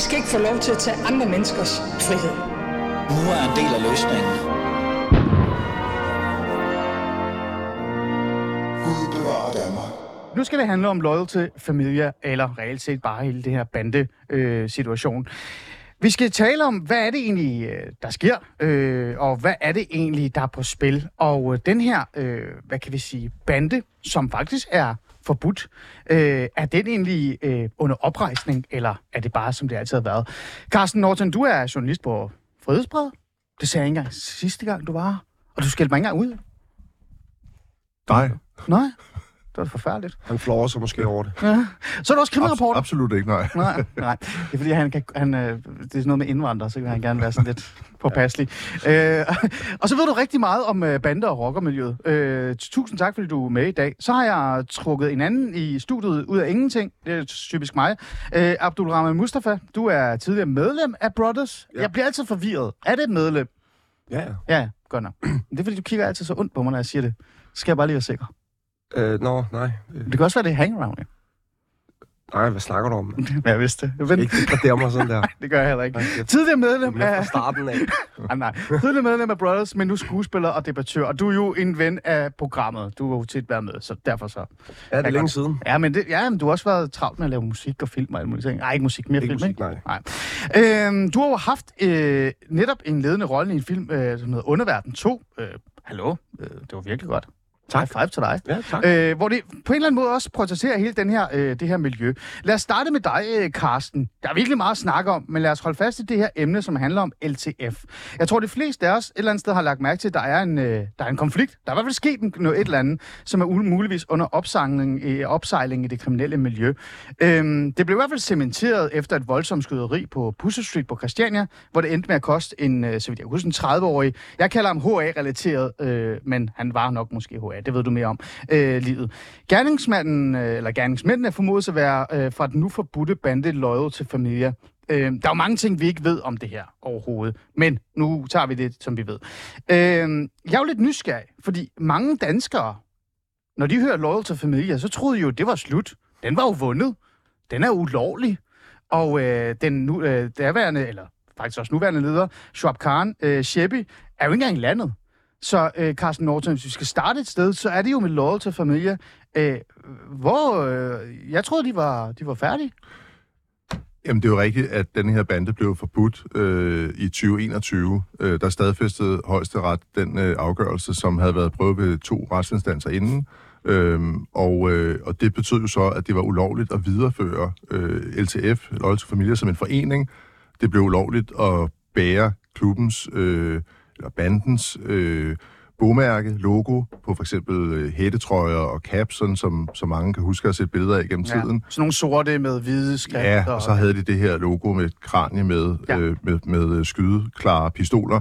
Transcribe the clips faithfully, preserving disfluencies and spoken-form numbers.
skal ikke få lov til at tage andre menneskers frihed. Nu er en del af løsningen. Gud bevarer Danmark. Nu skal det handle om Loyal to Familia, eller reelt set bare hele det her bande-situation. Øh, Vi skal tale om, hvad er det egentlig, der sker, øh, og hvad er det egentlig, der er på spil. Og øh, den her, øh, hvad kan vi sige, bande, som faktisk er forbudt, øh, er den egentlig øh, under oprejsning, eller er det bare, som det altid har været? Carsten Norton, du er journalist på Frihedsbrevet. Det sagde jeg ikke engang sidste gang, du var her. Og du skældte mig ikke engang ud. Nej. Nej? Det var forfærdeligt. Han flår sig måske over det. Ja. Så er der også kriminalreporter. Abs- absolut ikke, nej. nej. Nej, det er fordi, han kan, han, øh, det er sådan noget med indvandrere, så kan han gerne være sådan lidt påpasselig. Øh, og så ved du rigtig meget om øh, bander- og rockermiljøet. Øh, tusind tak, fordi du er med i dag. Så har jeg trukket en anden i studiet ud af ingenting. Det er typisk mig. Øh, Abdul Rahman Mustafa, du er tidligere medlem af Brothers. Ja. Jeg bliver altid forvirret. Er det et medlem? Ja. Ja, godt nok. Det er fordi, du kigger altid så ondt på mig, når jeg siger det. Så skal jeg bare lige være sikker. Øh, nå, nej. Det kan også være, det er hangaround, ja. Nej, hvad snakker du om? Jeg vidste det. Jeg vil ikke degradere mig sådan der. Nej, det gør jeg heller ikke. Tidligere medlem af... Fra starten af. ah, nej. Tidligere medlem af Brothers, men nu skuespiller og debattør. Og du er jo en ven af programmet. Du har jo tit været med, så derfor så... Ja, det er længe siden. Ja, men, det, ja, men du har også været travlt med at lave musik og film og alle mulige ting. Nej, ikke musik, mere ikke film, musik, ikke? Nej. nej. Øhm, du har jo haft øh, netop en ledende rolle i en film, øh, som hedder Underverden to. Øh, hallo, øh, det var virkelig godt. Tak. High five til dig. Ja, tak. Øh, hvor det på en eller anden måde også portrætterer hele den her, øh, det her miljø. Lad os starte med dig, øh, Carsten. Der er virkelig meget at snakke om, men lad os holde fast i det her emne, som handler om L T F. Jeg tror, de fleste af os et eller andet sted har lagt mærke til, at der er en, øh, der er en konflikt. Der er i hvert fald sket noget et eller andet, som er muligvis under opsejling, øh, opsejling i det kriminelle miljø. Øhm, det blev i hvert fald cementeret efter et voldsomt skyderi på Pusher Street på Christiania, hvor det endte med at koste en, øh, så vidt jeg husker, en tredive-årig. Jeg kalder ham H A-relateret, øh, men han var nok måske H A. Det ved du mere om. Øh, livet. Gerningsmanden, øh, eller gerningsmændene er formodet at være øh, fra den nu forbudte bande Loyal to Familia. Øh, der er jo mange ting, vi ikke ved om det her overhovedet, men nu tager vi det, som vi ved. Øh, jeg er jo lidt nysgerrig, fordi mange danskere, når de hører Loyal to Familia, så troede de jo, det var slut. Den var jo vundet. Den er ulovlig. Og øh, den nu, øh, derværende, eller faktisk også nuværende leder, Shuaib Khan, øh, Shebi, er jo ikke engang landet. Så øh, Carsten Norton, hvis vi skal starte et sted, så er det jo med Loyal to Familia. Øh, hvor, øh, jeg troede, de var, de var færdige. Jamen, det er jo rigtigt, at den her bande blev forbudt øh, i tyve enogtyve. Øh, der stadfæstede Højesteret den øh, afgørelse, som havde været prøvet ved to retsinstanser inden. Øhm, og, øh, og det betød jo så, at det var ulovligt at videreføre øh, L T F, Loyal to Familia, som en forening. Det blev ulovligt at bære klubbens... Øh, eller bandens øh, bogmærke, logo på for eksempel øh, hættetrøjer og caps, sådan som, som mange kan huske at se billeder af gennem ja, tiden. Sådan nogle sorte med hvide skrifter. Ja, og så havde de det her logo med et kranie med, ja. øh, med, med skydeklare pistoler.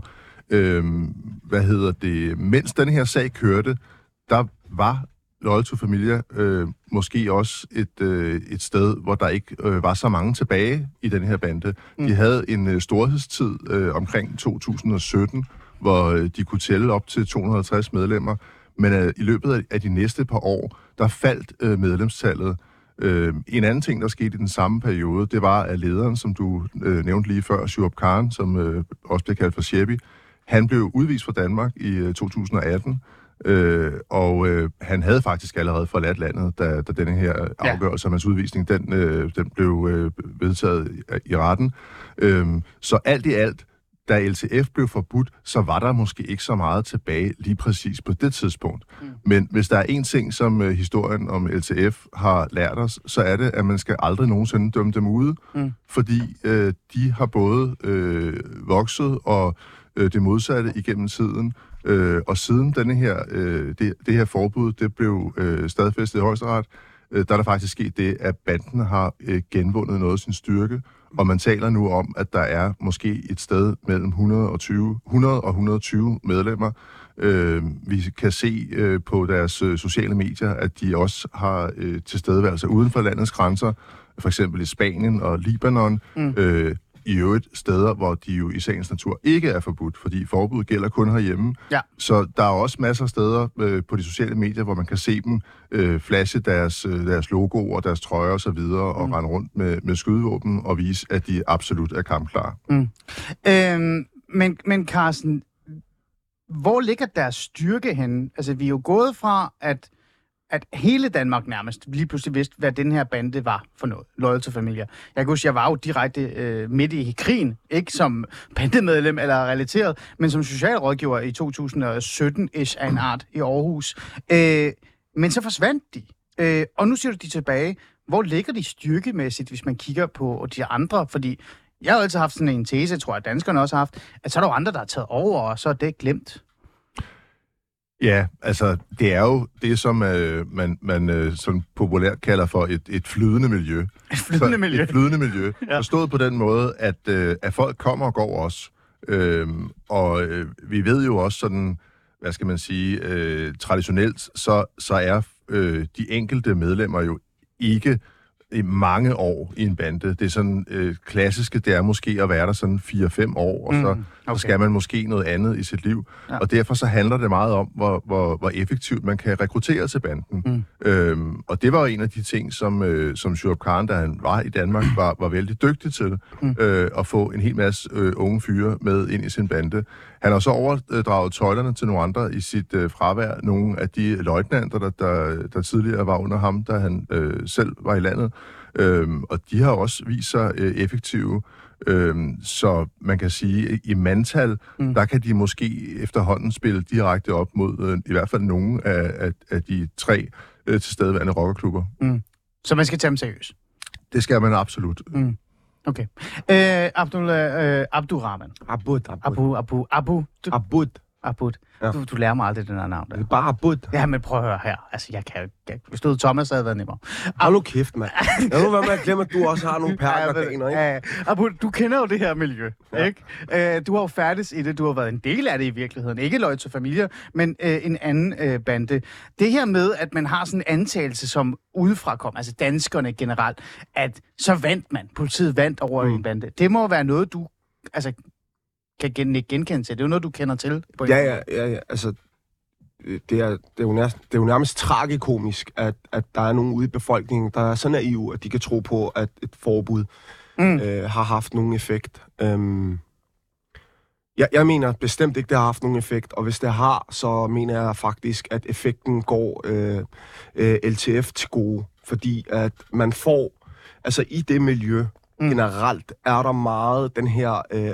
Øhm, hvad hedder det? Mens den her sag kørte, der var Loyal to Familia øh, måske også et, øh, et sted, hvor der ikke øh, var så mange tilbage i den her bande. Mm. De havde en øh, storhedstid øh, omkring to tusind og sytten, hvor øh, de kunne tælle op til to hundrede og halvtreds medlemmer. Men øh, i løbet af, af de næste par år, der faldt øh, medlemstallet. Øh, en anden ting, der skete i den samme periode, det var, at lederen, som du øh, nævnte lige før, Shuaib Khan, som øh, også blev kaldt for Shebi, han blev udvist fra Danmark i øh, to tusind og atten. Øh, og øh, han havde faktisk allerede forladt landet, da, da denne her afgørelse om hans udvisning, den, øh, den blev øh, vedtaget i, i retten. Øh, så alt i alt, da L T F blev forbudt, så var der måske ikke så meget tilbage lige præcis på det tidspunkt. Mm. Men hvis der er en ting, som øh, historien om L T F har lært os, så er det, at man skal aldrig nogensinde dømme dem ude, mm. fordi øh, de har både øh, vokset og øh, det modsatte igennem tiden. Øh, og siden denne her, øh, det, det her forbud, det blev øh, stadfæstet i Højesteret, øh, der er der faktisk sket det, at banden har øh, genvundet noget af sin styrke, og man taler nu om, at der er måske et sted mellem hundrede og tyve, hundrede og et hundrede og tyve medlemmer. Øh, vi kan se øh, på deres øh, sociale medier, at de også har øh, tilstedeværelse uden for landets grænser, for eksempel i Spanien og Libanon. Mm. Øh, i øvrigt steder, hvor de jo i sagens natur ikke er forbudt, fordi forbud gælder kun herhjemme. Ja. Så der er også masser af steder øh, på de sociale medier, hvor man kan se dem øh, flashe deres, øh, deres logoer, deres trøjer osv., og mm. rende rundt med, med skydevåben og vise, at de absolut er kampklare. Mm. Øhm, men, men Carsten, hvor ligger deres styrke henne? Altså, vi er jo gået fra, at at hele Danmark nærmest lige pludselig vidste, hvad den her bande var for noget. Loyal to Familia. Jeg kan huske, jeg var jo direkte øh, midt i krigen, ikke som bandemedlem eller relateret, men som socialrådgiver i to tusind og sytten-ish af en art i Aarhus. Øh, men så forsvandt de. Øh, og nu siger du, de er tilbage. Hvor ligger de styrkemæssigt, hvis man kigger på de andre? Fordi jeg har altid haft sådan en tese, tror jeg, danskerne også har haft, at så er der jo andre, der har taget over, og så er det glemt. Ja, altså, det er jo det, som øh, man, man øh, sådan populært kalder for et, et flydende miljø. Et flydende så, miljø? Et flydende miljø. Ja. Forstået på den måde, at, øh, at folk kommer og går også. Øhm, og øh, vi ved jo også sådan, hvad skal man sige, øh, traditionelt, så, så er øh, de enkelte medlemmer jo ikke i mange år i en bande. Det er sådan øh, klassiske, det er måske at være der sådan fire fem år, og så, mm, okay. så skal man måske noget andet i sit liv. Ja. Og derfor så handler det meget om, hvor, hvor, hvor effektivt man kan rekruttere til banden. Mm. Øhm, og det var en af de ting, som, øh, som Shuaib Khan, da han var i Danmark, var, var vældig dygtig til, mm. øh, at få en hel masse øh, unge fyre med ind i sin bande. Han har så overdraget tøjlerne til nogle andre i sit øh, fravær. Nogle af de løjtnanter, der, der, der tidligere var under ham, da han øh, selv var i landet. Øhm, og de har også vist sig øh, effektive. Øhm, så man kan sige, at i mandtal, mm. der kan de måske efterhånden spille direkte op mod øh, i hvert fald nogle af, af, af de tre øh, tilstedeværende rockerklubber. Mm. Så man skal tage dem seriøst? Det skal man absolut. Mm. Okay. Øh, Abdul, øh, Abdurrahman. Abud, Abud. Abu, Abu, Abu. Du, Abud. Abud. Ja. Du, du lærer mig aldrig den her navn. Der. Det er bare Abud. Ja, men prøv at høre her. Altså, jeg kan jo ikke... Hvis du Thomas, havde været nemmere. Hold nu kæft, mand. Jeg ved, hvad man glemmer, at du også har nogle perkerdaner, ikke? Ja, ja. Abu, du kender jo det her miljø, ja. Ikke? Uh, du har jo færdes i det. Du har været en del af det i virkeligheden. Ikke Loyal to Familia, men uh, en anden uh, bande. Det her med, at man har sådan en antagelse, som udefra kom, altså danskerne generelt, at så vandt man. Politiet vandt over mm. en bande. Det må være noget, du altså, kan gen- genkende til. Det er jo noget, du kender til. På ja, ja, ja, ja. Altså, det er, det, er jo nærmest, det er jo nærmest tragikomisk, at, at der er nogen ude i befolkningen, der er så naive, at de kan tro på, at et forbud mm. øh, har haft nogen effekt. Øhm, jeg, jeg mener bestemt ikke, det har haft nogen effekt, og hvis det har, så mener jeg faktisk, at effekten går øh, øh, L T F til gode, fordi at man får, altså i det miljø, mm. generelt er der meget den her øh,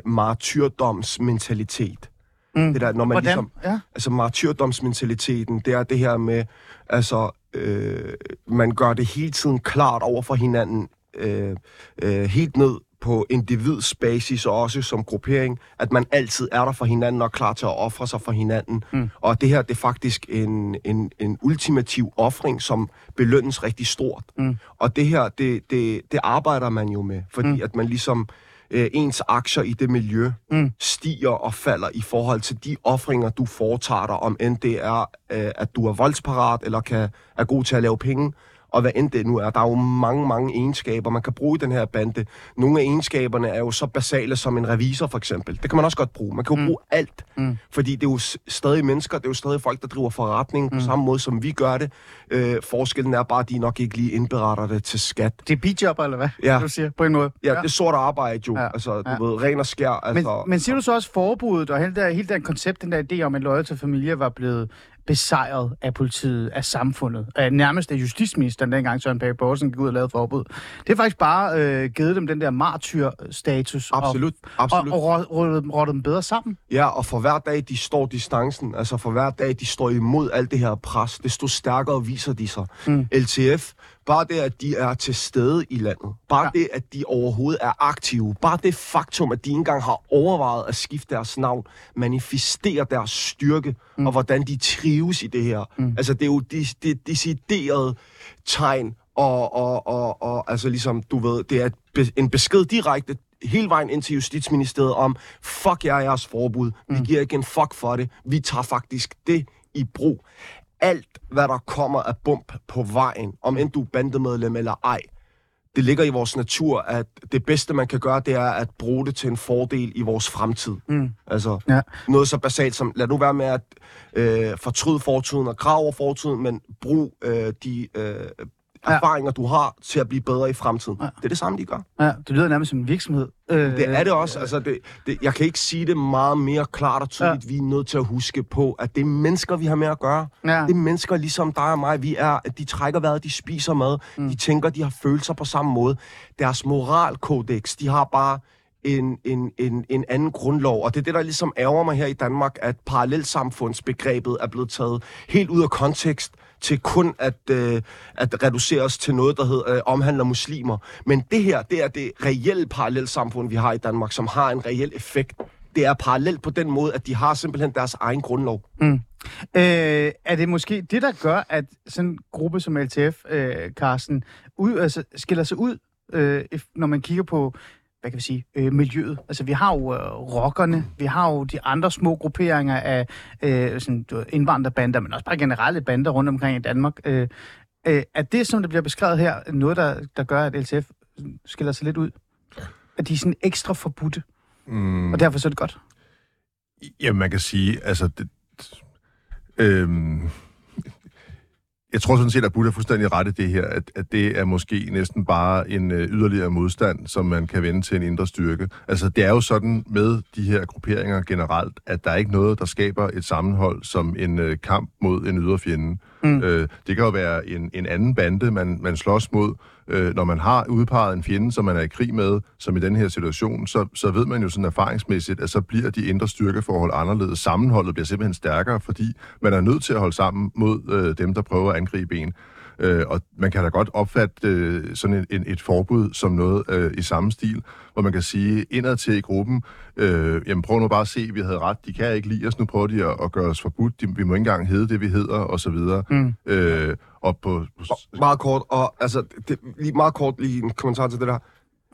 martyrdomsmentalitet. Mm. Det der, når man Hvordan? ligesom, ja. altså martyrdomsmentaliteten, det er det her med, altså, øh, man gør det hele tiden klart over for hinanden, øh, øh, helt ned på individsbasis og også som gruppering, at man altid er der for hinanden og klar til at ofre sig for hinanden. Mm. Og det her, det er faktisk en, en, en ultimativ ofring, som belønnes rigtig stort. Mm. Og det her, det, det, det arbejder man jo med, fordi mm. at man ligesom øh, ens aktier i det miljø mm. stiger og falder i forhold til de ofringer, du foretager dig, om end det er, øh, at du er voldsparat eller kan, er god til at lave penge. Og hvad end det nu er, der er jo mange, mange egenskaber, man kan bruge i den her bande. Nogle af egenskaberne er jo så basale som en revisor, for eksempel. Det kan man også godt bruge. Man kan jo mm. bruge alt, mm. fordi det er jo stadig mennesker, det er jo stadig folk, der driver forretning mm. på samme måde, som vi gør det. Øh, forskellen er bare, at de nok ikke lige indberetter det til skat. Det er bidjob, eller hvad? Ja. Du siger, på en måde. Ja, ja. Det er sort arbejde jo. Ja. Altså, du ja. ved, ren og skær. Altså. Men, men siger du så også forbuddet, og hele det, hele det koncept, den der idé om, at Loyal to Familia var blevet besejret af politiet, af samfundet, af nærmest af justitsministeren, dengang Søren Pape Poulsen gik ud og lavede forbud. Det har faktisk bare øh, givet dem den der martyrstatus. Absolut, og, absolut. Og, og rådet dem bedre sammen. Ja, og for hver dag, de står distancen, altså for hver dag, de står imod alt det her pres, desto stærkere viser de sig. Mm. L T F, bare det, at de er til stede i landet, bare ja. det, at de overhovedet er aktive, bare det faktum, at de ikke engang har overvejet at skifte deres navn, manifesterer deres styrke, mm. og hvordan de trives i det her. Mm. Altså, det er jo de, de, decideret tegn, og, og, og, og altså ligesom, du ved, det er en besked direkte hele vejen ind til Justitsministeriet om, fuck jer jeres forbud, mm. vi giver ikke en fuck for det, vi tager faktisk det i brug. Alt, hvad der kommer af bump på vejen, om end du er bandemedlem eller ej, det ligger i vores natur, at det bedste, man kan gøre, det er at bruge det til en fordel i vores fremtid. Mm. Altså, ja. Noget så basalt som, lad nu være med at øh, fortryde fortiden og grave over fortiden, men brug øh, de øh, erfaringer, ja. du har, til at blive bedre i fremtiden. Ja. Det er det samme, de gør. Ja, det lyder nærmest som en virksomhed. Øh, det er det også. Altså, det, det, jeg kan ikke sige det meget mere klart og tydeligt. Ja. Vi er nødt til at huske på, at det er mennesker, vi har med at gøre. Ja. Det er mennesker ligesom dig og mig. Vi er, de trækker vejret, de spiser mad, mm. de tænker, de har følelser på samme måde. Deres moralkodex, de har bare en, en, en, en anden grundlov. Og det er det, der ligesom ærger mig her i Danmark, at parallelsamfundsbegrebet er blevet taget helt ud af kontekst, til kun at, øh, at reduceres til noget, der hedder, øh, omhandler muslimer. Men det her, det er det reelle parallelsamfund, vi har i Danmark, som har en reel effekt. Det er parallelt på den måde, at de har simpelthen deres egen grundlov. Mm. Øh, er det måske det, der gør, at sådan en gruppe som L T F, øh, Carsten, ud, altså, skiller sig ud, øh, når man kigger på hvad kan vi sige, øh, miljøet. Altså, vi har jo øh, rockerne, vi har jo de andre små grupperinger af øh, sådan, indvandrerbander, men også bare generelle bander rundt omkring i Danmark. Øh, øh, er det, som det bliver beskrevet her, noget, der, der gør, at L T F skiller sig lidt ud? At de er sådan ekstra forbudte, mm. og derfor så er det godt? Jamen, man kan sige, altså... Det, øh, Jeg tror sådan set, at Buddha er fuldstændig ret i det her, at, at det er måske næsten bare en øh, yderligere modstand, som man kan vende til en indre styrke. Altså, det er jo sådan med de her grupperinger generelt, at der er ikke noget, der skaber et sammenhold som en øh, kamp mod en ydre fjende. Mm. Øh, det kan jo være en, en anden bande, man, man slås mod. Øh, når man har udpeget en fjende, som man er i krig med, som i den her situation, så, så ved man jo sådan erfaringsmæssigt, at så bliver de indre styrkeforhold anderledes. Sammenholdet bliver simpelthen stærkere, fordi man er nødt til at holde sammen mod øh, dem, der prøver at angribe en. Øh, og man kan da godt opfatte øh, sådan en, en, et forbud som noget øh, i samme stil, hvor man kan sige indad til i gruppen, øh, jamen prøv nu bare at se, vi havde ret, de kan ikke lide os, nu prøver de at, at gøre os forbudt, de, vi må ikke engang hedde det, vi hedder, og så videre. Mm. Øh, og på, på... Meget kort, og altså, det, lige meget kort lige en kommentar til det der.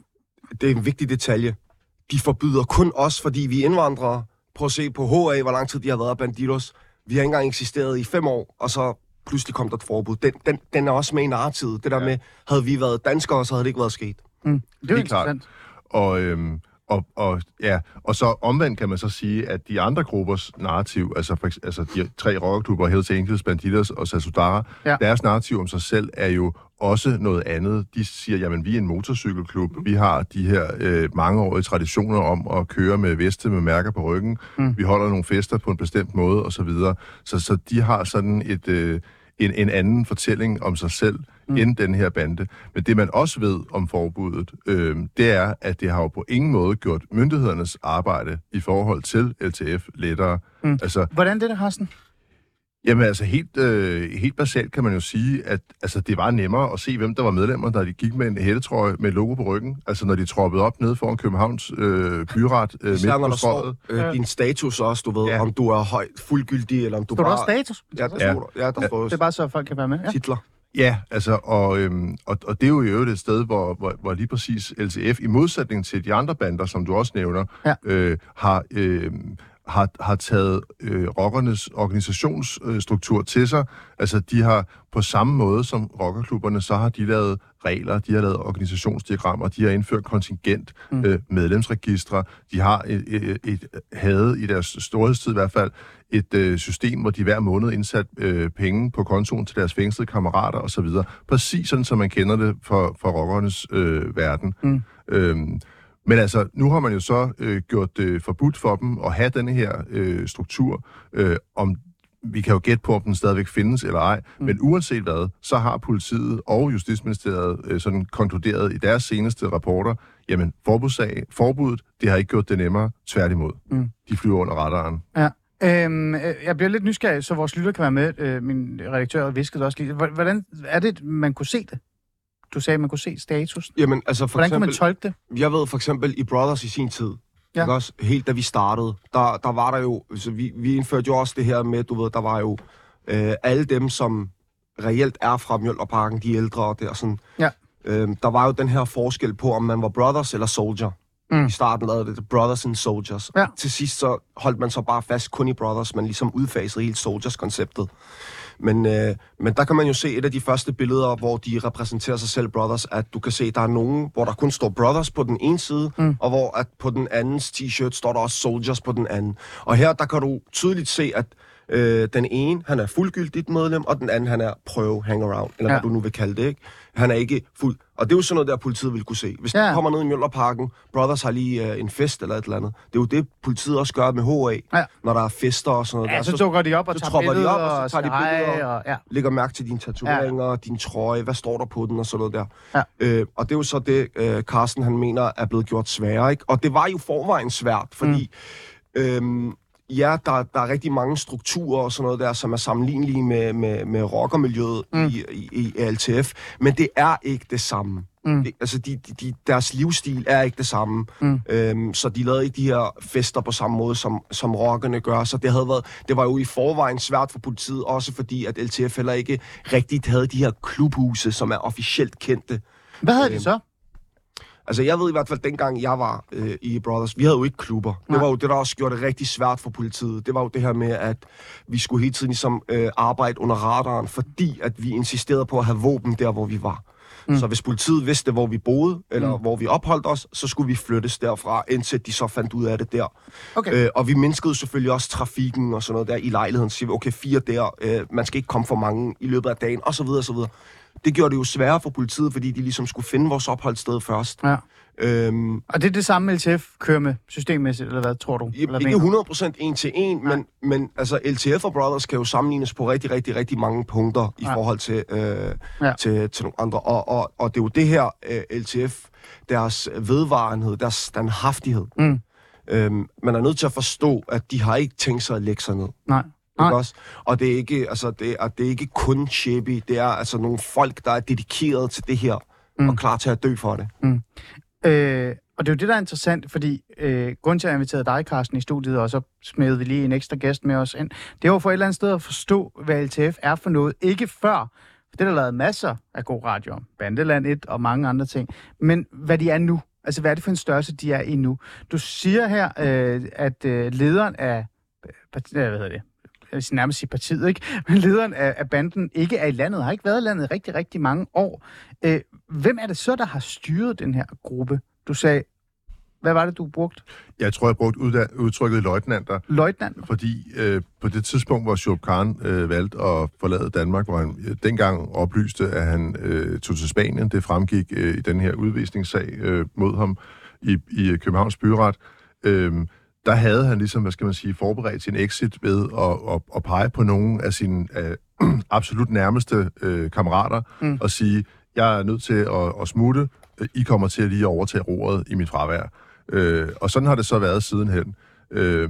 Det er en vigtig detalje. De forbyder kun os, fordi vi er indvandrere. Prøv at se på H A, hvor lang tid de har været Bandidos. Vi har ikke engang eksisteret i fem år, og så pludselig kom der et forbud. Den, den, den er også med i narrativet. Det der ja. med, havde vi været danskere, så havde det ikke været sket. Mm. Det er jo interessant. Og, øhm, og, og, ja, og så omvendt kan man så sige, at de andre gruppers narrativ, altså, for, altså de tre rockerklubber, Hells Angels, Bandidos og Sasudara, ja. deres narrativ om sig selv er jo også noget andet. De siger, jamen vi er en motorcykelklub, vi har de her øh, mangeårige traditioner om at køre med veste med mærker på ryggen, mm. vi holder nogle fester på en bestemt måde osv. Så, så, så de har sådan et... Øh, En, en anden fortælling om sig selv mm. end den her bande. Men det, man også ved om forbuddet, øh, det er, at det har jo på ingen måde gjort myndighedernes arbejde i forhold til L T F lettere. Mm. Altså, hvordan det der, Carsten? Jamen altså, helt, øh, helt basalt kan man jo sige, at altså, det var nemmere at se, hvem der var medlemmer, da de gik med en hættetrøje med logo på ryggen. Altså, når de troppede op nede foran Københavns øh, byret øh, midt på strøget. Øh, ja. Din status også, du ved, ja. om du er højt fuldgyldig, eller om du står bare... Står der status? Ja, der ja. står der. Ja, der ja. står det er bare så, folk kan være med. Ja. Titler. Ja, altså, og, øhm, og, og det er jo i øvrigt et sted, hvor, hvor, hvor lige præcis L T F, i modsætning til de andre bander, som du også nævner, ja. øh, har... Øh, Har, har taget øh, rockernes organisationsstruktur til sig. Altså, de har på samme måde som rockerklubberne, så har de lavet regler, de har lavet organisationsdiagrammer, de har indført kontingent, mm. øh, medlemsregistre, de har et, et, et, havde i deres storhedstid i hvert fald et øh, system, hvor de hver måned indsat øh, penge på kontoen til deres fængslede kammerater osv. Præcis sådan, som man kender det for, for rockernes øh, verden. Mm. Øhm, Men altså, nu har man jo så øh, gjort det øh, forbudt for dem at have denne her øh, struktur. Øh, om, vi kan jo gætte på, om den stadigvæk findes eller ej. Mm. Men uanset hvad, så har politiet og Justitsministeriet øh, sådan konkluderet i deres seneste rapporter, jamen forbudssag, forbuddet, det har ikke gjort det nemmere, tværtimod. Mm. De flyver under radaren. Ja. Øhm, jeg bliver lidt nysgerrig, så vores lytter kan være med. Øh, min redaktør viskede også lige. Hvordan er det, man kunne se det? Du sagde, at man kunne se status. Jamen, altså for Hvordan eksempel, kan man tolke det? Jeg ved for eksempel i Brothers i sin tid, ja. også, helt da vi startede, der, der var der jo, altså vi, vi indførte jo også det her med, du ved, der var jo øh, alle dem, som reelt er fra Mjølnerparken, de ældre og det og sådan. Ja. Øh, der var jo den her forskel på, om man var Brothers eller Soldier. Mm. I starten lavede det Brothers and Soldiers. Ja. Til sidst så holdt man så bare fast kun i Brothers, men ligesom udfasede hele Soldiers-konceptet. Men, øh, men der kan man jo se et af de første billeder, hvor de repræsenterer sig selv, Brothers, at du kan se, at der er nogen, hvor der kun står Brothers på den ene side, mm. og hvor at på den andens t-shirt står der også Soldiers på den anden. Og her, der kan du tydeligt se, at øh, den ene, han er fuldgyldigt medlem, og den anden, han er prøve hangaround, eller ja. hvad du nu vil kalde det, ikke? Han er ikke fuld... Og det er jo sådan noget, der politiet vil kunne se. Hvis ja. du kommer ned i Mjølnerparken, Brothers har lige øh, en fest eller et eller andet. Det er jo det, politiet også gør med H A, ja. når der er fester og sådan noget. Ja, der. så dukker de op og så tager billeder, de op, og så tager de billeder og, ja. lægger mærke til dine tatoveringer, ja. din trøje, hvad står der på den og sådan noget der. Ja. Øh, og det er jo så det, øh, Carsten han mener er blevet gjort sværere, ikke? Og det var jo forvejen svært, fordi... Mm. Øhm, Ja, der, der er rigtig mange strukturer og sådan noget der, som er sammenlignelige med, med, med rockermiljøet mm. i, i, i L T F, men det er ikke det samme. Mm. Det, altså, de, de, deres livsstil er ikke det samme, mm. øhm, så de lavede ikke de her fester på samme måde, som, som rockerne gør, så det, havde været, det var jo i forvejen svært for politiet, også fordi at L T F heller ikke rigtigt havde de her klubhuse, som er officielt kendte. Hvad havde øhm, de så? Altså, jeg ved i hvert fald, dengang jeg var øh, i Brothers, vi havde jo ikke klubber. Nej. Det var jo det, der også gjorde det rigtig svært for politiet. Det var jo det her med, at vi skulle hele tiden ligesom, øh, arbejde under radaren, fordi at vi insisterede på at have våben der, hvor vi var. Mm. Så hvis politiet vidste, hvor vi boede, eller mm. hvor vi opholdt os, så skulle vi flyttes derfra, indtil de så fandt ud af det der. Okay. Øh, og vi mindskede selvfølgelig også trafikken og sådan noget der i lejligheden. Så siger vi, okay, fire der, øh, man skal ikke komme for mange i løbet af dagen, og så videre, og så videre. Det gjorde det jo sværere for politiet, fordi de ligesom skulle finde vores opholdssted først. Ja. Øhm, og det er det samme, L T F kører med systemmæssigt, eller hvad tror du? Eller ikke hundrede procent en til en, men, men altså, L T F og Brothers kan jo sammenlignes på rigtig, rigtig, rigtig mange punkter i ja. forhold til, øh, ja. til, til nogle andre. Og, og, og det er jo det her, øh, L T F, deres vedvarenhed, deres standhaftighed. Mm. Øhm, man er nødt til at forstå, at de har ikke tænkt sig at lægge sig ned. Nej. Også? Og det er ikke, altså, det er, det er ikke kun shabby, det er altså nogle folk, der er dedikeret til det her, mm. og klar til at dø for det. Mm. Øh, og det er jo det, der er interessant, fordi øh, grunden til, at jeg inviterede dig, Carsten, i studiet, og så smed vi lige en ekstra gæst med os ind, det var for et eller andet sted at forstå, hvad L T F er for noget. Ikke før, for det er der lavet masser af god radio om, Bandeland et og mange andre ting, men hvad de er nu. Altså, hvad er det for en størrelse, de er i nu? Du siger her, øh, at øh, lederen af... Hvad hedder det? Jeg vil nærmest sige partiet, ikke? Men lederen af, af banden ikke er i landet, har ikke været i landet i rigtig, rigtig mange år. Øh, hvem er det så, der har styret den her gruppe? Du sagde, hvad var det, du brugte? Jeg tror, jeg brugte udda- udtrykket løjtnanter. Løjtnanter? Fordi øh, på det tidspunkt, hvor Shuaib Khan øh, valgte at forlade Danmark, hvor han øh, dengang oplyste, at han øh, tog til Spanien. Det fremgik øh, i den her udvisningssag øh, mod ham i, i Københavns byret. Øh, Der havde han ligesom, hvad skal man sige, forberedt sin exit ved at, at, at pege på nogle af sine øh, absolut nærmeste øh, kammerater mm. og sige, jeg er nødt til at, at smutte, I kommer til at lige overtage roret i mit fravær. Øh, og sådan har det så været sidenhen. Øh,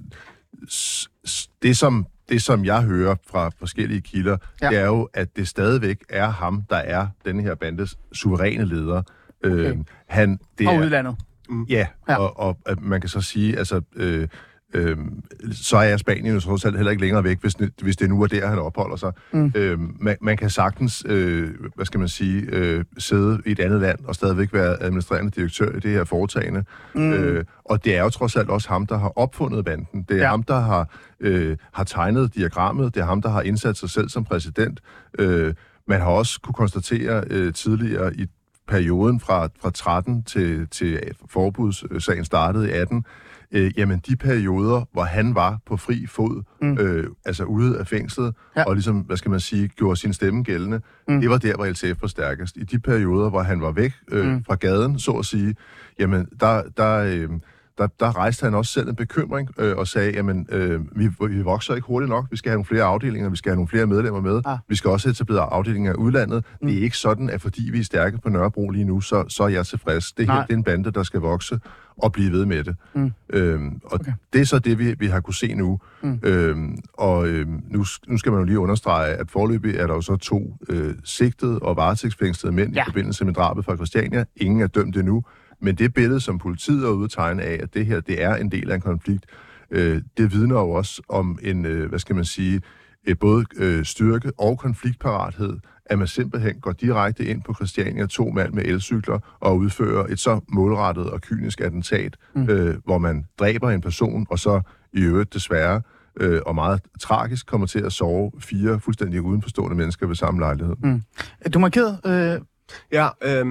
det, som, det, som jeg hører fra forskellige kilder, ja. det er jo, at det stadigvæk er ham, der er denne her bandes suveræne leder. Okay. Øh, han, det og er, udlandet. Mm. Ja, ja. Og, og man kan så sige, altså, øh, øh, så er Spanien jo trods alt heller ikke længere væk, hvis, hvis det nu er der, han opholder sig. Mm. Øh, man, man kan sagtens, øh, hvad skal man sige, øh, sidde i et andet land og stadigvæk være administrerende direktør i det her foretagende. Mm. Øh, og det er jo trods alt også ham, der har opfundet banden. Det er ja. ham, der har, øh, har tegnet diagrammet. Det er ham, der har indsat sig selv som præsident. Øh, man har også kunne konstatere øh, tidligere i perioden fra, fra tretten til, til forbudssagen startede i atten, øh, jamen de perioder, hvor han var på fri fod, mm. øh, altså ude af fængslet, ja. og ligesom, hvad skal man sige, gjorde sin stemme gældende, mm. det var der, hvor L T F var stærkest. I de perioder, hvor han var væk øh, mm. fra gaden, så at sige, jamen der, der, øh, der, der rejste han også selv en bekymring øh, og sagde, jamen øh, vi, vi vokser ikke hurtigt nok, vi skal have nogle flere afdelinger, vi skal have nogle flere medlemmer med, ah. vi skal også etablere afdelinger i udlandet. Mm. Det er ikke sådan, at fordi vi er stærke på Nørrebro lige nu, så, så er jeg tilfreds. Det her det er en bande, der skal vokse og blive ved med det. Mm. Øhm, og okay. det er så det, vi, vi har kunne se nu. Mm. Øhm, og øhm, nu, nu skal man jo lige understrege, at foreløbig er der jo så to øh, sigtede og varetægtsfængslede mænd ja. i forbindelse med drabet fra Christiania. Ingen er dømt endnu. Men det billede, som politiet er ude at tegne af, at det her, det er en del af en konflikt, øh, det vidner jo også om en, øh, hvad skal man sige, et både øh, styrke og konfliktparathed, at man simpelthen går direkte ind på Christiania, to mand med elcykler, og udfører et så målrettet og kynisk attentat, mm. øh, hvor man dræber en person, og så i øvrigt desværre, øh, og meget tragisk, kommer til at sove fire fuldstændig udenforstående mennesker ved samme lejlighed. Mm. Du markeret... Øh... Ja, øh,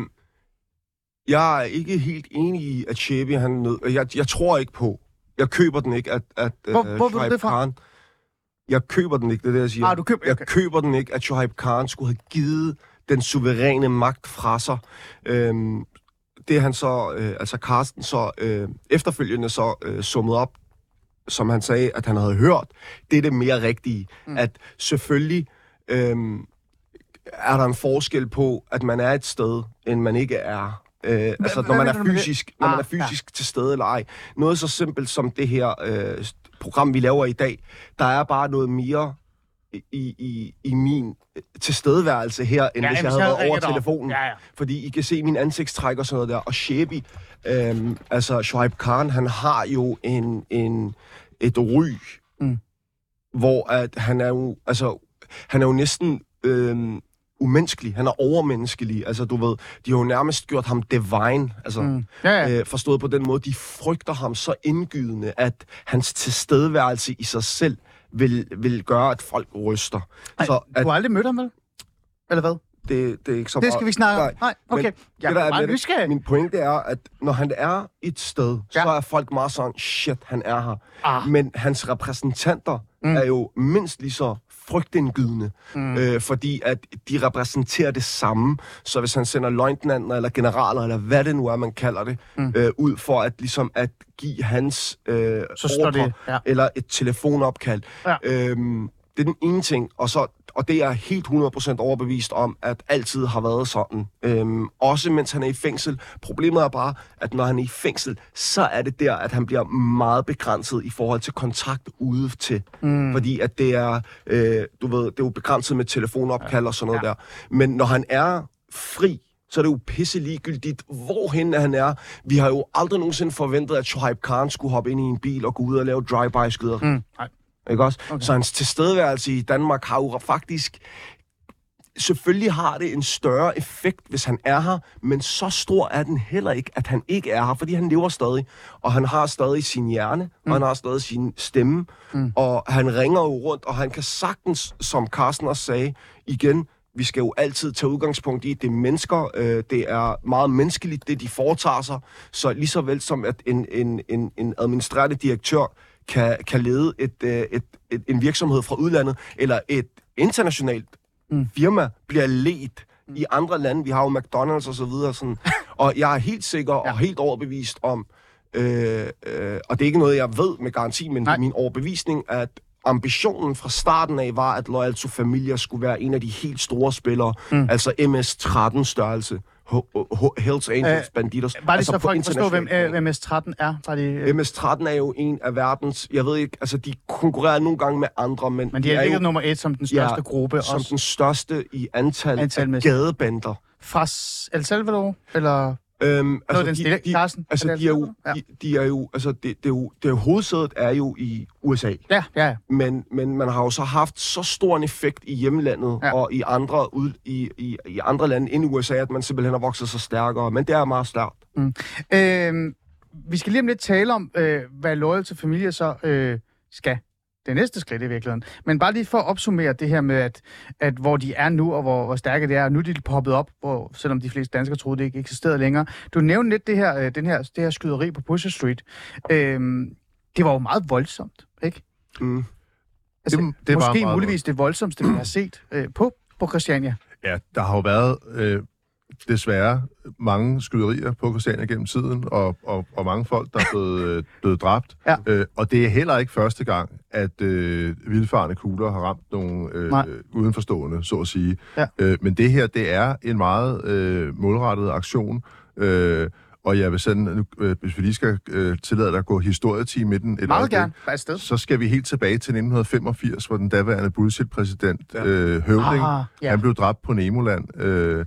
jeg er ikke helt enig i, at Shebby, han nød... Jeg, jeg tror ikke på. Jeg køber den ikke, at... at hvor øh, hvor ved du det fra? Khan, jeg køber den ikke, det er det, jeg siger. Ah, du køber... okay. Jeg køber den ikke, at Shoaib Khan skulle have givet den suveræne magt fra sig. Øhm, det han så, øh, altså Carsten så øh, efterfølgende så øh, summet op, som han sagde, at han havde hørt, det er det mere rigtige. Mm. At selvfølgelig øh, er der en forskel på, at man er et sted, end man ikke er. Øh, Hva, altså når man er fysisk, når man er fysisk ja. til stede eller ej. Noget så simpelt som det her øh, program, vi laver i dag, der er bare noget mere i, i, i min tilstedeværelse her, end ja, hvis jeg havde været over telefonen. Ja, ja. Fordi I kan se min ansigtstræk og sådan noget der. Og Shebby, øhm, altså Shoaib Khan, han har jo en, en, et ry, mm. hvor at han er jo, altså, han er jo næsten øhm, umenneskelig. Han er overmenneskelig. Altså, du ved, de har jo nærmest gjort ham divine. Altså, mm. ja, ja. Øh, forstået på den måde, de frygter ham så indgydende, at hans tilstedeværelse i sig selv vil, vil gøre, at folk ryster. Ej, så, at, du har aldrig mødt ham, vel? Eller hvad? Det, det er ikke så Det skal vi snakke om. Nej, okay. Men, jeg det, der er er det, skal... Min pointe er, at når han er et sted, ja. så er folk meget sådan, shit, han er her. Ah. Men hans repræsentanter mm. er jo mindst lige så frygtindgydende, mm. øh, fordi at de repræsenterer det samme. Så hvis han sender løjtnanter eller generaler, eller hvad det nu er, man kalder det, mm. øh, ud for at ligesom at give hans øh, ordre, det, ja. eller et telefonopkald. Ja. Øhm, det er den ene ting, og så og det er helt hundrede procent overbevist om, at altid har været sådan. Øhm, også mens han er i fængsel. Problemet er bare, at når han er i fængsel, så er det der, at han bliver meget begrænset i forhold til kontakt ude til. Mm. Fordi at det er, øh, du ved, det er jo begrænset med telefonopkald og sådan noget ja. der. Men når han er fri, så er det jo pisse ligegyldigt, hvorhen han er. Vi har jo aldrig nogensinde forventet, at Shoaib Khan skulle hoppe ind i en bil og gå ud og lave drive-by-skyder. Mm. Nej. Ikke også? Okay. Så hans tilstedeværelse i Danmark har jo faktisk... Selvfølgelig har det en større effekt, hvis han er her, men så stor er den heller ikke, at han ikke er her, fordi han lever stadig. Og han har stadig sin hjerne, mm. og han har stadig sin stemme, mm. og han ringer jo rundt, og han kan sagtens, som Carsten også sagde, igen, vi skal jo altid tage udgangspunkt i, det er mennesker, øh, det er meget menneskeligt, det de foretager sig, så lige så vel som at en, en, en, en administrerende direktør Kan, kan lede et, et, et, en virksomhed fra udlandet, eller et internationalt mm. firma bliver ledt mm. i andre lande. Vi har jo McDonald's og så videre. Sådan. Og jeg er helt sikker ja. og helt overbevist om, øh, øh, og det er ikke noget, jeg ved med garanti, men Nej. min overbevisning, at ambitionen fra starten af var, at Loyal to Familia skulle være en af de helt store spillere, mm. altså M S tretten størrelse. Hells Angels, uh, Banditos. Bare lige så folk forstår, hvem uh, M S tretten er. Bare de, uh... M S tretten er jo en af verdens... Jeg ved ikke, altså de konkurrerer nogle gange med andre, men... Men de er, er jo nummer et som den største ja, gruppe. som også. den største i antal, antal af gadebander. Fra El Salvador, eller... Øhm, altså, den stille, de, Carsten, altså, de er jo, ja. de, de er jo, altså, det, det er jo, det er jo hovedsædet er jo i U S A. Ja, ja. Men, men man har jo så haft så stor en effekt i hjemlandet ja. og i andre, ud, i, i, i andre lande end U S A, at man simpelthen har vokset så stærkere. Men det er meget stærkt. Mm. Øh, vi skal lige om lidt tale om, øh, hvad Loyal to Familia så øh, skal. Det næste skridt i virkeligheden. Men bare lige for at opsummere det her med, at, at hvor de er nu, og hvor, hvor stærke det er. Nu er de poppet op, hvor, selvom de fleste danskere troede, det ikke eksisterede længere. Du nævnte lidt det her, den her, det her skyderi på Pusher Street. Øhm, det var jo meget voldsomt, ikke? Mm. Altså, det, det måske var meget muligvis det voldsomste, vi har set øh, på, på Christiania. Ja, der har jo været... Øh... desværre mange skyderier på Christiania gennem tiden, og, og, og mange folk, der er blevet, blevet dræbt. Ja. Øh, og det er heller ikke første gang, at øh, vildfarne kugler har ramt nogle øh, udenforstående, så at sige. Ja. Øh, men det her, det er en meget øh, målrettet aktion, øh, og jeg vil sende, øh, hvis vi lige skal øh, tillade dig at gå historietime med den et meget gerne, så skal vi helt tilbage til nitten femogfirs, hvor den daværende bullshit-præsident, ja. øh, Høvding, ah, ja. han blev dræbt på Nemoland, øh,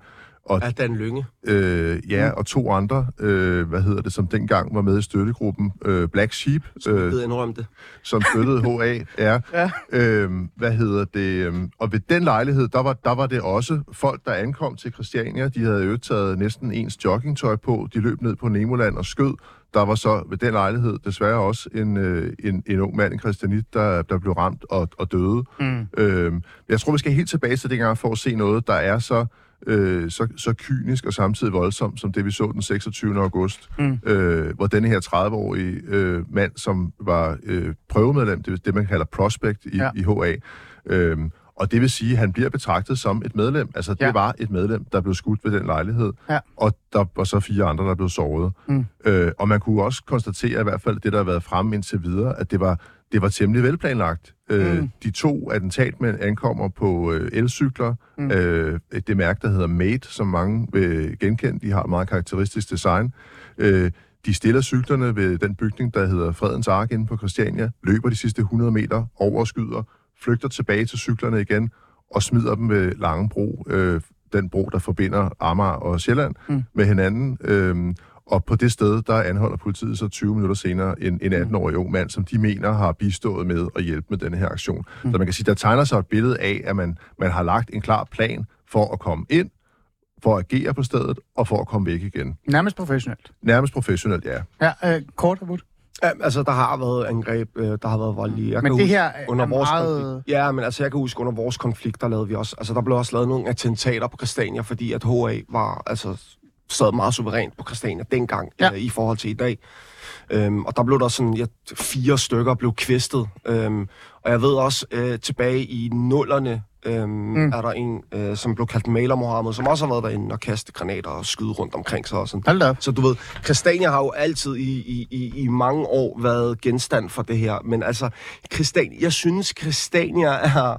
Og, er Dan Lynge. Øh, ja, og to andre, øh, hvad hedder det, som dengang var med i støttegruppen, øh, Black Sheep, øh, det. som støttede H A. Ja. ja. Øh, hvad hedder det? Øh, og ved den lejlighed, der var, der var det også folk, der ankom til Christiania. De havde jo taget næsten ens joggingtøj på. De løb ned på Nemoland og skød. Der var så ved den lejlighed desværre også en, øh, en, en ung mand, en kristianit, der, der blev ramt og, og døde. Mm. Øh, jeg tror, vi skal helt tilbage til dengang for at se noget, der er så Øh, så, så kynisk og samtidig voldsomt, som det vi så den seksogtyvende august, mm. øh, hvor denne her tredive-årige øh, mand, som var øh, prøvemedlem, det, det man kalder prospect i, ja. i H A, øh, og det vil sige, at han bliver betragtet som et medlem. Altså, det ja. var et medlem, der blev skudt ved den lejlighed, ja. og der var så fire andre, der blev såret. Mm. Øh, og man kunne også konstatere, i hvert fald det, der har været fremme indtil videre, at det var Det var temmelig velplanlagt. Mm. Øh, de to attentatmænd ankommer på øh, elcykler. Mm. Øh, det mærke, der hedder Mate, som mange vil genkende. De har et meget karakteristisk design. Øh, de stiller cyklerne ved den bygning, der hedder Fredens Ark inde på Christiania, løber de sidste hundrede meter, overskyder, flygter tilbage til cyklerne igen og smider dem ved Langebro, øh, den bro, der forbinder Amager og Sjælland mm. med hinanden. Øh, Og på det sted, der anholder politiet så tyve minutter senere en, en atten-årig ung mand, som de mener har bistået med at hjælpe med denne her aktion. Mm. Så man kan sige, der tegner sig et billede af, at man, man har lagt en klar plan for at komme ind, for at agere på stedet, og for at komme væk igen. Nærmest professionelt. Nærmest professionelt, ja. Ja, øh, kort og budt. Ja, altså, der har været angreb, øh, der har været voldelige. Jeg men kan det huske, her under er vores meget... konflikt, ja, men altså, jeg kan huske, under vores konflikt, der lavede vi også... Altså, der blev også lavet nogle attentater på Christiania, fordi at H A var... altså sad meget suverænt på Christiania dengang, ja. øh, i forhold til i dag. Øhm, og der blev der sådan, ja, fire stykker blev kvæstet. Øhm, og jeg ved også, øh, tilbage i nullerne, øhm, mm. er der en, øh, som blev kaldt Maler Mohammed, som også har været derinde og kaste granater og skyde rundt omkring sig og sådan. Så du ved, Christiania har jo altid i, i, i, i mange år været genstand for det her. Men altså, Christiania, jeg synes, Christiania er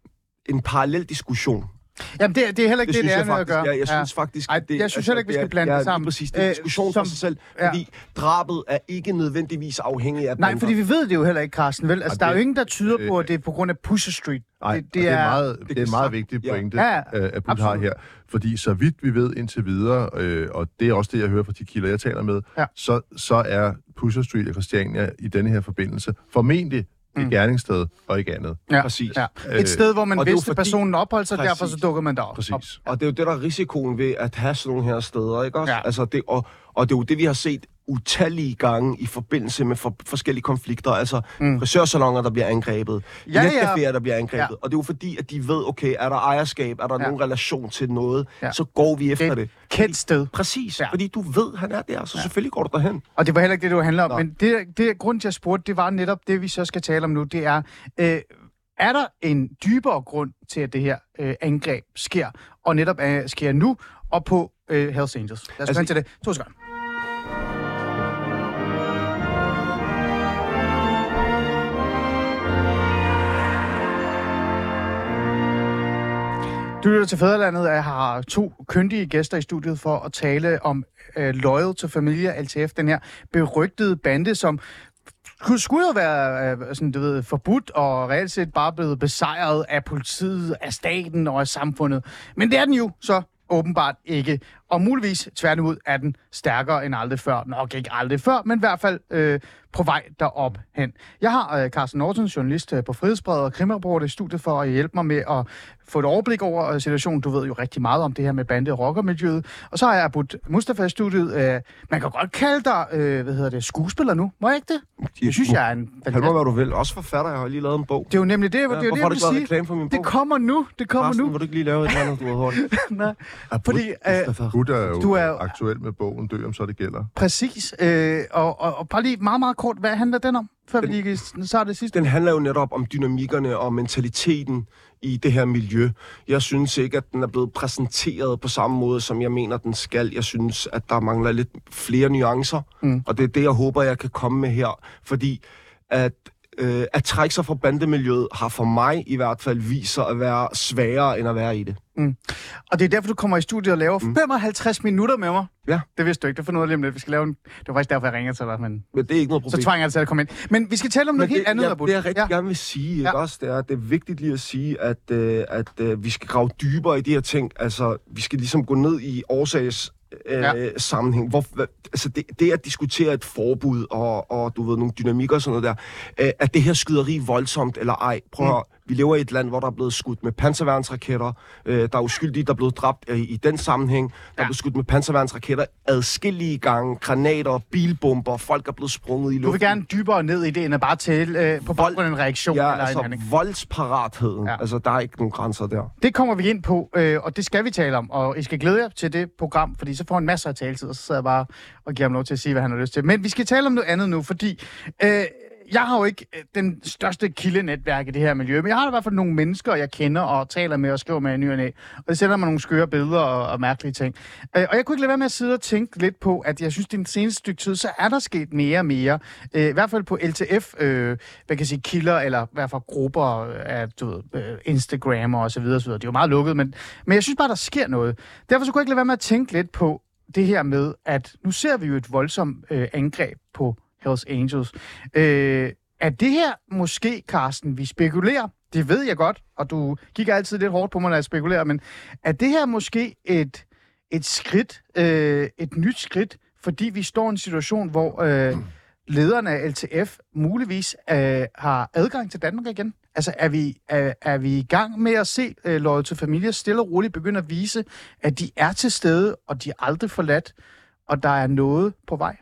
en parallel diskussion. Jamen, det, det er heller ikke det, det, det er noget at gøre. Ja, jeg synes ja. faktisk... Ej, jeg synes altså, heller ikke, vi skal blande ja, det sammen. Præcis, det er en diskussion øh, som, for sig selv, ja. fordi drabet er ikke nødvendigvis afhængig af... Nej, fordi vi ved det jo heller ikke, Carsten, vel? Altså, der er jo ingen, der tyder på, at det er på grund af Pusher Street. Nej, det, det, det er, er meget, det er en meget vigtig pointe, ja. at Bud har her. Fordi så vidt vi ved indtil videre, øh, og det er også det, jeg hører fra de kilder, jeg taler med, ja. så, så er Pusher Street og Christiania i denne her forbindelse formentlig et mm. gerningssted og ikke andet. Ja. Præcis. Ja. Et sted, hvor man og vidste, fordi... personen opholdt sig, Præcis. derfor så dukker man derop. Præcis. Og det er jo det, der er risikoen ved at have sådan nogle her steder, ikke også? Ja. Altså det, og, og det er jo det, vi har set utallige gange i forbindelse med for, forskellige konflikter. Altså mm. frisørsalonger, der bliver angrebet, ja, netcaféer, ja. der bliver angrebet. Ja. Og det er jo fordi, at de ved, okay, er der ejerskab, er der ja. nogen relation til noget, ja. så går vi efter det. Det er et kendt sted. Præcis, ja. fordi du ved, han er der, så ja. selvfølgelig går du derhen. Og det var heller ikke det, det handler om. Nå. Men det, det grund til, at jeg spurgte, det var netop det, vi så skal tale om nu. Det er, øh, er der en dybere grund til, at det her øh, angreb sker, og netop øh, sker nu, og på øh, Hells Angels? Lad os altså, gå til det. To sekunder. Du lytter til Fædrelandet. Jeg har to kyndige gæster i studiet for at tale om uh, Loyal to Familia, L T F, den her berygtede bande, som skulle jo være uh, sådan, du ved, forbudt og reelt set bare blevet besejret af politiet, af staten og af samfundet. Men det er den jo så åbenbart ikke. Og muligvis tværtimod er den stærkere end aldrig før. Nok ikke aldrig før, men i hvert fald øh, på vej derop hen. Jeg har øh, Carsten Norton, journalist øh, på Frihedsbrevet og Krimreporter i studiet for at hjælpe mig med at få et overblik over øh, situationen. Du ved jo rigtig meget om det her med bande- og rockermiljøet. Og så har jeg Abud Mustafa i studiet. Øh, man kan godt kalde dig, øh, hvad hedder det, skuespiller nu. Må jeg ikke det? Det synes jeg er en... Kald mig, hvad du vil. Også forfatter. Jeg har lige lavet en bog. Det er jo nemlig det, ja, det, er jo det jeg vil sige. Reklame for min bog? Det kommer nu. Det kommer Carsten, nu. vil du ikke lige lave et eller andet, du har hurtigt? Nej, fordi... Øh, Bud er jo du er aktuel med bogen Dø om så det gælder. Præcis. Øh, og, og, og bare lige meget, meget kort, hvad handler den om? Før den, vi lige så det sidste. Den handler jo netop om dynamikkerne og mentaliteten i det her miljø. Jeg synes ikke, at den er blevet præsenteret på samme måde, som jeg mener, den skal. Jeg synes, at der mangler lidt flere nuancer, mm. og det er det, jeg håber, jeg kan komme med her. Fordi at øh, at trække sig fra bandemiljøet har for mig i hvert fald vist sig at være sværere end at være i det. Mm. Og det er derfor, du kommer i studiet og laver mm. femoghalvtreds minutter med mig. Ja. Det vidste du ikke. Det får noget lige om lidt. Vi skal lave en... Det var faktisk derfor, jeg ringede til dig, men... Men det er ikke noget problem. Så tvanger jeg til at komme ind. Men vi skal tale om noget det, helt andet, ja, Abud. Det jeg rigtig ja. gerne vil sige, ikke ja. også, det er, det er vigtigt lige at sige, at, øh, at øh, vi skal grave dybere i de her ting. Altså, vi skal ligesom gå ned i årsags øh, ja. sammenhæng. Hvor, hva, altså, det, det at diskutere et forbud og, og du ved, nogle dynamikker og sådan noget der, øh, at det her skyderi voldsomt eller ej. Prøv at mm. Vi lever i et land, hvor der er blevet skudt med panserværnsraketter. Øh, der er uskyldige, der er blevet dræbt øh, i den sammenhæng. Der ja. er blevet skudt med panserværnsraketter adskillige gange. Granater, bilbomber, folk er blevet sprunget i luften. Du vil gerne dybere ned i det, end at bare tale øh, på baggrund af en reaktion. Ja, eller altså en voldsparatheden. Ja. Altså, der er ikke nogen grænser der. Det kommer vi ind på, øh, og det skal vi tale om. Og I skal glæde jer til det program, fordi så får han masser af taletid, og så sidder jeg bare og giver ham lov til at sige, hvad han har lyst til. Men vi skal tale om noget andet nu, fordi... Øh, Jeg har jo ikke den største kildenetværk i det her miljø, men jeg har i hvert fald nogle mennesker, jeg kender og taler med og skriver med i ny og næ, og det sender mig nogle skøre billeder og, og mærkelige ting. Øh, og jeg kunne ikke lade være med at sidde og tænke lidt på, at jeg synes, at den seneste stykke tid, så er der sket mere og mere. Øh, I hvert fald på L T F, øh, hvad kan jeg sige, kilder, eller i hvert fald grupper af du ved, øh, Instagram og så videre, så videre. Det er jo meget lukket, men, men jeg synes bare, der sker noget. Derfor så kunne jeg ikke lade være med at tænke lidt på det her med, at nu ser vi jo et voldsomt øh, angreb på Hells Angels. Øh, er det her måske, Carsten, vi spekulerer, det ved jeg godt, og du kigger altid lidt hårdt på mig, når jeg spekulerer, men er det her måske et, et skridt, øh, et nyt skridt, fordi vi står i en situation, hvor øh, lederne af L T F muligvis øh, har adgang til Danmark igen? Altså, er vi, er, er vi i gang med at se øh, Loyal to Familia stille og roligt begynde at vise, at de er til stede, og de er aldrig forladt, og der er noget på vej?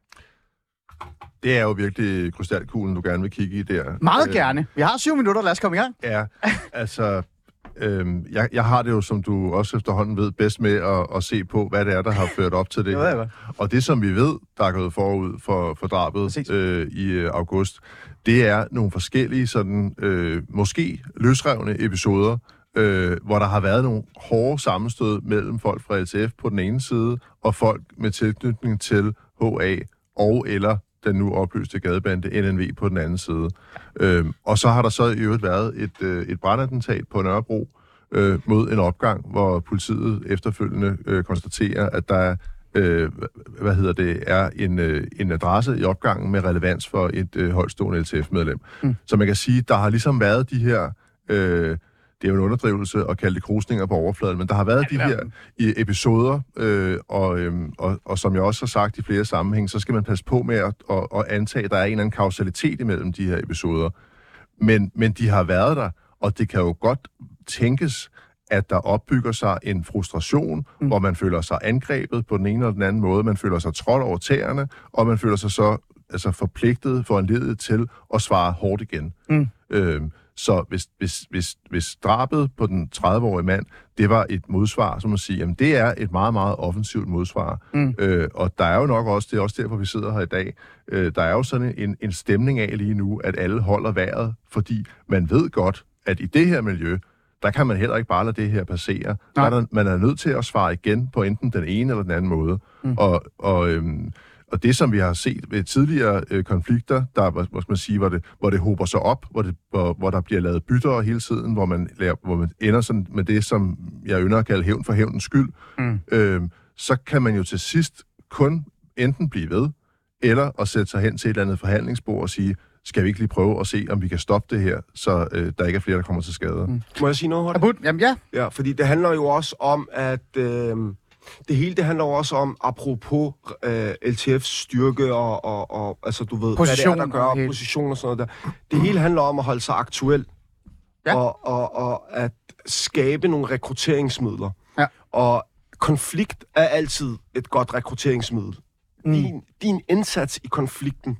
Det er jo virkelig krystalkuglen, du gerne vil kigge i der. Meget øh, gerne. Vi har syv minutter, lad os komme i gang. Ja, altså, øhm, jeg, jeg har det jo, som du også efterhånden ved, bedst med at, at se på, hvad det er, der har ført op til det. Det det og det, som vi ved, der er gået forud for, for drabet øh, i øh, august, det er nogle forskellige, sådan, øh, måske løsrevne episoder, øh, hvor der har været nogle hårde sammenstød mellem folk fra L T F på den ene side, og folk med tilknytning til H A og eller den nu opløste gadebande N N V på den anden side. Øhm, og så har der så i øvrigt været et, øh, et brandattentat på Nørrebro øh, mod en opgang, hvor politiet efterfølgende øh, konstaterer, at der øh, hvad hedder det, er en, øh, en adresse i opgangen med relevans for et øh, højtstående L T F-medlem. Mm. Så man kan sige, der har ligesom været de her... Øh, det er jo en underdrivelse at kalde det krusninger på overfladen, men der har været ja, de her i episoder, øh, og, øhm, og, og som jeg også har sagt i flere sammenhæng, så skal man passe på med at, at, at antage, at der er en eller anden kausalitet imellem de her episoder. Men, men de har været der, og det kan jo godt tænkes, at der opbygger sig en frustration, mm. hvor man føler sig angrebet på den ene eller den anden måde, man føler sig trådt over tæerne, og man føler sig så altså forpligtet, foranlediget til at svare hårdt igen. Mm. Øhm, Så hvis, hvis, hvis, hvis drabet på den tredive-årige mand, det var et modsvar, så må man sige, jamen det er et meget, meget offensivt modsvar. Mm. Øh, og der er jo nok også, det er også derfor, vi sidder her i dag, øh, der er jo sådan en, en stemning af lige nu, at alle holder vejret, fordi man ved godt, at i det her miljø, der kan man heller ikke bare lade det her passere. Der er, man er nødt til at svare igen på enten den ene eller den anden måde. Mm. Og... og øhm, Og det, som vi har set ved tidligere øh, konflikter, der, hvad skal man sige, hvor det, hvor det hober sig op, hvor, det, hvor, hvor der bliver lavet bytter hele tiden, hvor man, lærer, hvor man ender sådan med det, som jeg ynder at kalde hævn for hævnens skyld, mm. øh, så kan man jo til sidst kun enten blive ved, eller at sætte sig hen til et eller andet forhandlingsbord og sige, skal vi ikke lige prøve at se, om vi kan stoppe det her, så øh, der ikke er flere, der kommer til skade. Mm. Må jeg sige noget hurtigt? Abud, jamen ja. Ja, fordi det handler jo også om, at... Øh, Det hele, det handler også om, apropos øh, L T F's styrke og, og, og altså, du ved, position, hvad det er, der gør, position og sådan noget der. Det hele handler om at holde sig aktuel, ja. og, og, og at skabe nogle rekrutteringsmidler. Ja. Og konflikt er altid et godt rekrutteringsmiddel. Mm. Din, din indsats i konflikten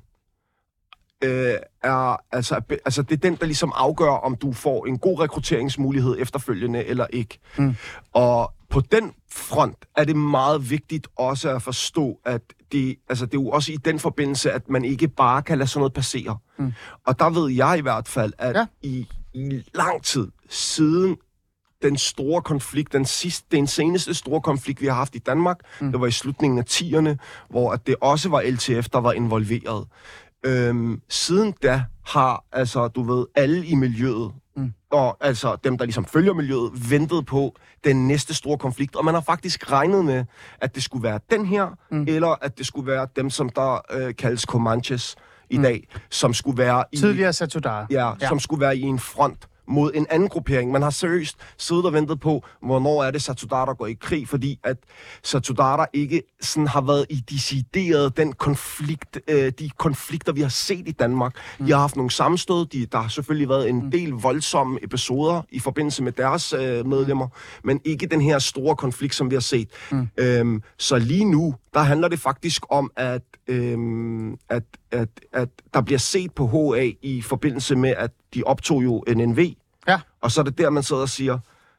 øh, er, altså, altså, det er den, der ligesom afgør, om du får en god rekrutteringsmulighed efterfølgende eller ikke. Mm. Og på den front er det meget vigtigt også at forstå, at det, altså det er jo også i den forbindelse, at man ikke bare kan lade sådan noget passere. Mm. Og der ved jeg i hvert fald, at ja. i, i lang tid siden den store konflikt, den, sidste, den seneste store konflikt, vi har haft i Danmark, mm. det var i slutningen af tierne, hvor at det også var L T F, der var involveret. Øhm, siden da har, altså, du ved, alle i miljøet, mm. og altså dem, der ligesom følger miljøet, ventet på den næste store konflikt. Og man har faktisk regnet med, at det skulle være den her, mm. eller at det skulle være dem, som der øh, kaldes Comanches i mm. dag, som skulle være i... Tidligere Satudara. Ja, ja, som skulle være i en front mod en anden gruppering. Man har seriøst siddet og ventet på, hvornår er det Satudara går i krig, fordi at Satudara ikke sådan har været i decideret den konflikt, øh, de konflikter, vi har set i Danmark. Mm. De har haft nogle sammenstød, de, der har selvfølgelig været en del voldsomme episoder i forbindelse med deres øh, medlemmer, men ikke den her store konflikt, som vi har set. Mm. Øhm, så lige nu, der handler det faktisk om, at, øhm, at, at, at der bliver set på H A i forbindelse med, at de optog jo N N V, ja. Og så er det der, man sidder og siger,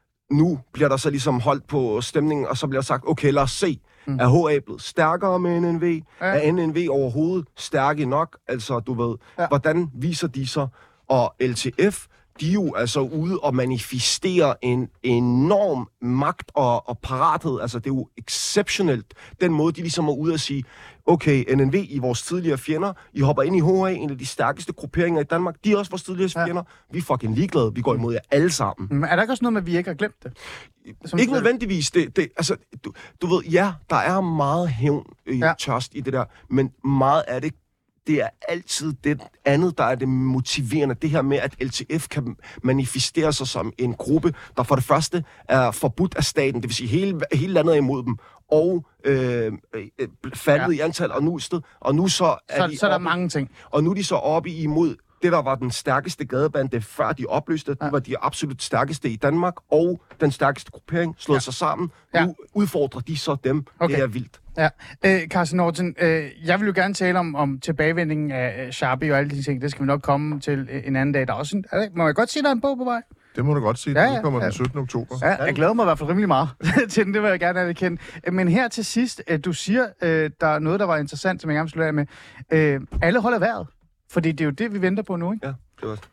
nu bliver der så ligesom holdt på stemningen, og så bliver der sagt, okay, lad os se, mm. er H A blevet stærkere med N N V? Ja. Er N N V overhovedet stærke nok? Altså, du ved, ja. Hvordan viser de sig? Og L T F, de er jo altså ude og manifestere en enorm magt og, og parathed. Altså, det er jo exceptionelt, den måde, de ligesom er ude at sige, okay, N N V, I vores tidligere fjender, I hopper ind i H A, en af de stærkeste grupperinger i Danmark, de er også vores tidligere ja. fjender. Vi er fucking ligeglade, vi går imod jer alle sammen. Men er der ikke også noget med, at vi ikke har glemt det? Som ikke nødvendigvis. Det, det, altså, du, du ved, ja, der er meget hævn i ja. tørst i det der, men meget af det, det er altid det andet, der er det motiverende. Det her med, at L T F kan manifestere sig som en gruppe, der for det første er forbudt af staten, det vil sige, hele, hele landet er imod dem, og øh, faldet ja. i antal, og nu, sted, og nu så er så, de så er der oppe, mange ting. Og nu er de så oppe imod det, der var den stærkeste gadebande, før de opløste. Ja. Det var de absolut stærkeste i Danmark, og den stærkeste gruppering slået ja. sig sammen. Ja. Nu udfordrer de så dem. Okay. Det er vildt. Ja. Øh, Carsten Norton, øh, jeg vil jo gerne tale om, om tilbagevendingen af Sharpie og alle de ting. Det skal vi nok komme til en anden dag. Der er også en, er det, må jeg godt sige, der er en bog på vej? Det må du godt sige. Ja, ja, det kommer ja. den syttende oktober. Ja, jeg glæder mig i hvert fald rimelig meget til den. Det vil jeg gerne anerkende. Men her til sidst, du siger, der er noget, der var interessant, som jeg gerne vil slutte af med. Alle holder vejret. Fordi det er jo det, vi venter på nu, ikke? Ja, det var...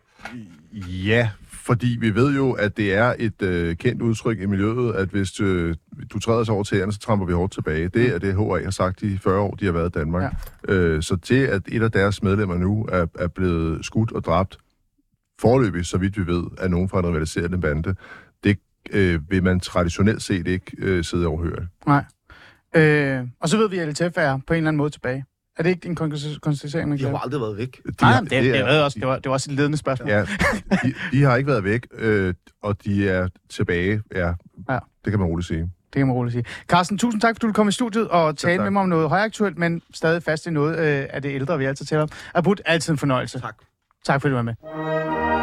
Ja, fordi vi ved jo, at det er et øh, kendt udtryk i miljøet, at hvis øh, du træder sig over tæerne, så tramper vi hårdt tilbage. Det er det, H A har sagt i fyrre år, de har været i Danmark. Ja. Øh, så til, at et af deres medlemmer nu er, er blevet skudt og dræbt, foreløbig, så vidt vi ved, af nogen fra en rivaliserende bande, det øh, vil man traditionelt set ikke øh, sidde og overhøre. Nej. Øh, og så ved vi, at L T F er på en eller anden måde tilbage. Er det ikke en konstatering, man kan? De har aldrig været væk. De Nej, har, det, det, det, er, også, det, var, det var også et ledende spørgsmål. Ja, de, de har ikke været væk, øh, og de er tilbage. Ja, ja, det kan man roligt sige. Det kan man roligt sige. Carsten, tusind tak, fordi du kom i studiet og talte med mig om noget højaktuelt, men stadig fast i noget øh, af det ældre, vi altid taler om. Abud, altid en fornøjelse. Tak. Tak, fordi du var med.